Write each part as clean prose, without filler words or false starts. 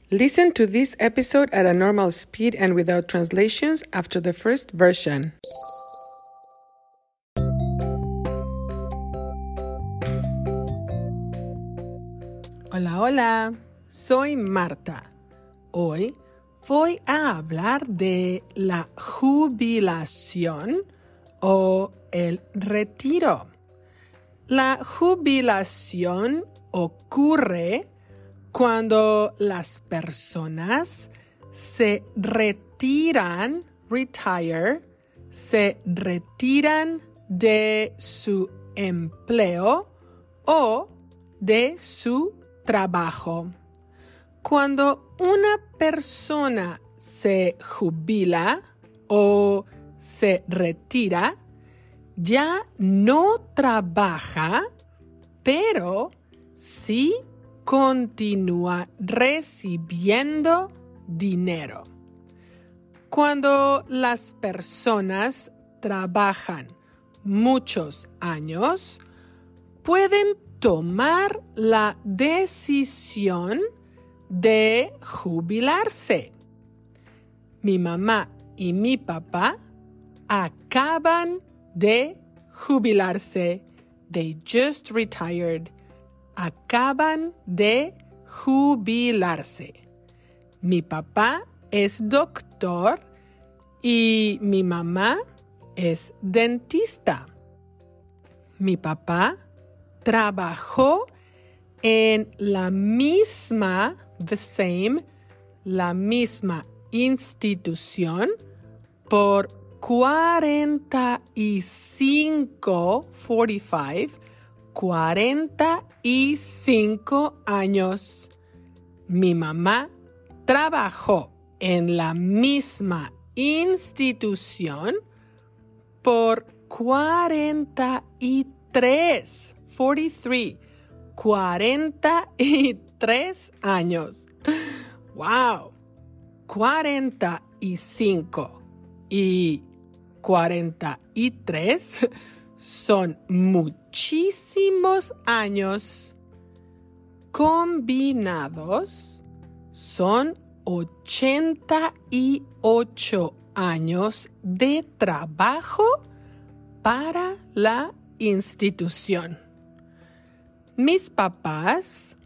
Listen to this episode at a normal speed and without translations after the first version. Hola, hola, soy Marta. Hoy voy a hablar de la jubilación o el retiro. La jubilación ocurre cuando las personas se retiran de su empleo o de su trabajo. Cuando una persona se jubila o se retira, ya no trabaja, pero sí continúa recibiendo dinero. Cuando las personas trabajan muchos años, pueden tomar la decisión de jubilarse. Mi mamá y mi papá acaban de jubilarse. They just retired. Acaban de jubilarse. Mi papá es doctor y mi mamá es dentista. Mi papá trabajó en la misma institución por 45 años. Mi mamá trabajó en la misma institución por 43 años. ¡Wow! 45 y 43 son muchísimos años. Combinados son 88 años de trabajo para la institución. Mis papás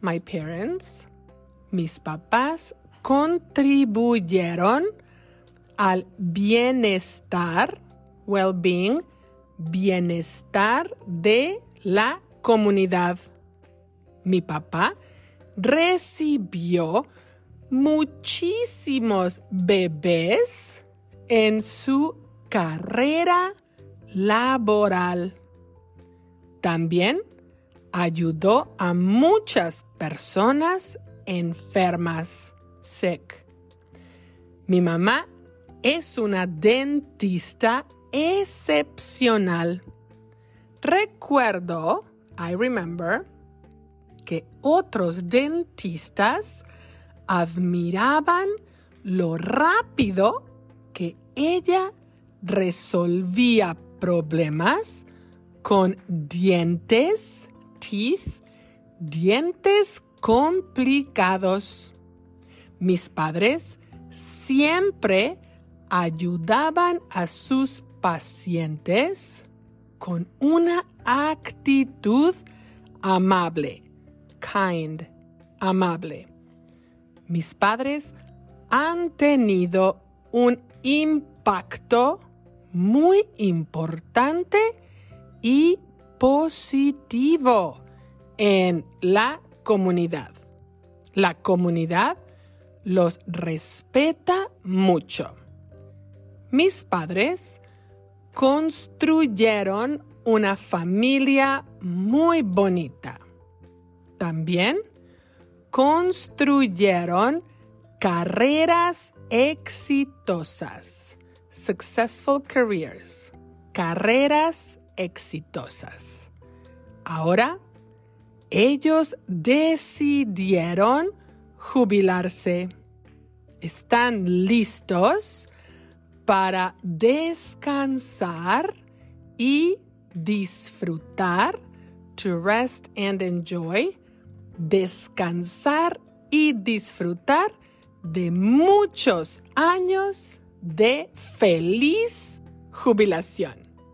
contribuyeron al bienestar, well-being, bienestar de la comunidad. Mi papá recibió muchísimos bebés en su carrera laboral. También ayudó a muchas personas enfermas, sick. Mi mamá es una dentista excepcional. I remember, que otros dentistas admiraban lo rápido que ella resolvía problemas con dientes complicados. Mis padres siempre ayudaban a sus pacientes con una actitud amable, amable. Mis padres han tenido un impacto muy importante y positivo en la comunidad. La comunidad los respeta mucho. Mis padres construyeron una familia muy bonita. También construyeron carreras exitosas. Successful careers. Carreras exitosas. Ahora, ellos decidieron jubilarse. Están listos para descansar y disfrutar, to rest and enjoy, descansar y disfrutar de muchos años de feliz jubilación.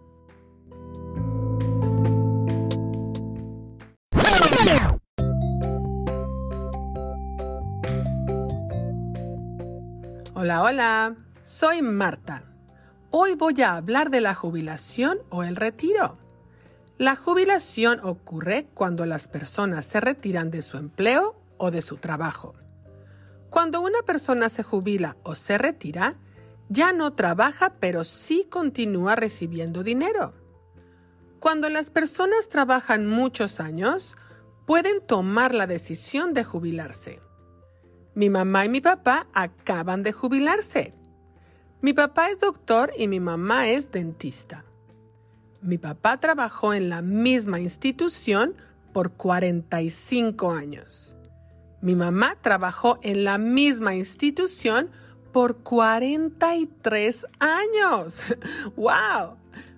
Hola, hola, soy Marta. Hoy voy a hablar de la jubilación o el retiro. La jubilación ocurre cuando las personas se retiran de su empleo o de su trabajo. Cuando una persona se jubila o se retira, ya no trabaja, pero sí continúa recibiendo dinero. Cuando las personas trabajan muchos años, pueden tomar la decisión de jubilarse. Mi mamá y mi papá acaban de jubilarse. Mi papá es doctor y mi mamá es dentista. Mi papá trabajó en la misma institución por 45 años. Mi mamá trabajó en la misma institución por 43 años. ¡Wow!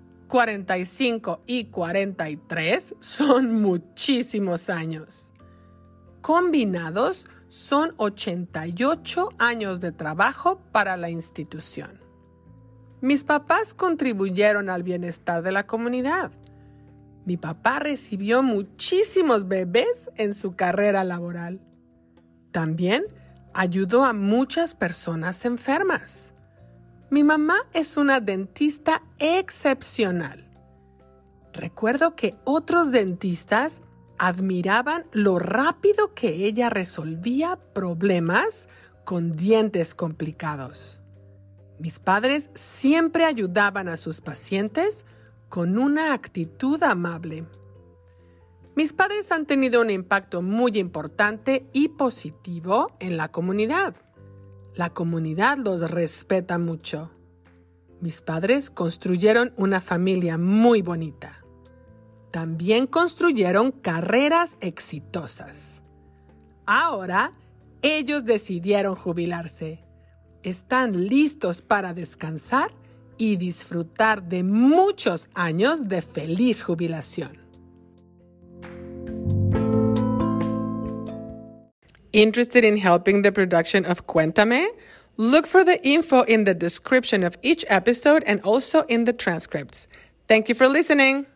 45 y 43 son muchísimos años. Combinados son 88 años de trabajo para la institución. Mis papás contribuyeron al bienestar de la comunidad. Mi papá recibió muchísimos bebés en su carrera laboral. También ayudó a muchas personas enfermas. Mi mamá es una dentista excepcional. Recuerdo que otros dentistas admiraban lo rápido que ella resolvía problemas con dientes complicados. Mis padres siempre ayudaban a sus pacientes con una actitud amable. Mis padres han tenido un impacto muy importante y positivo en la comunidad. La comunidad los respeta mucho. Mis padres construyeron una familia muy bonita. También construyeron carreras exitosas. Ahora, ellos decidieron jubilarse. Están listos para descansar y disfrutar de muchos años de feliz jubilación. Interested in helping the production of Cuéntame? Look for the info in the description of each episode and also in the transcripts. Thank you for listening.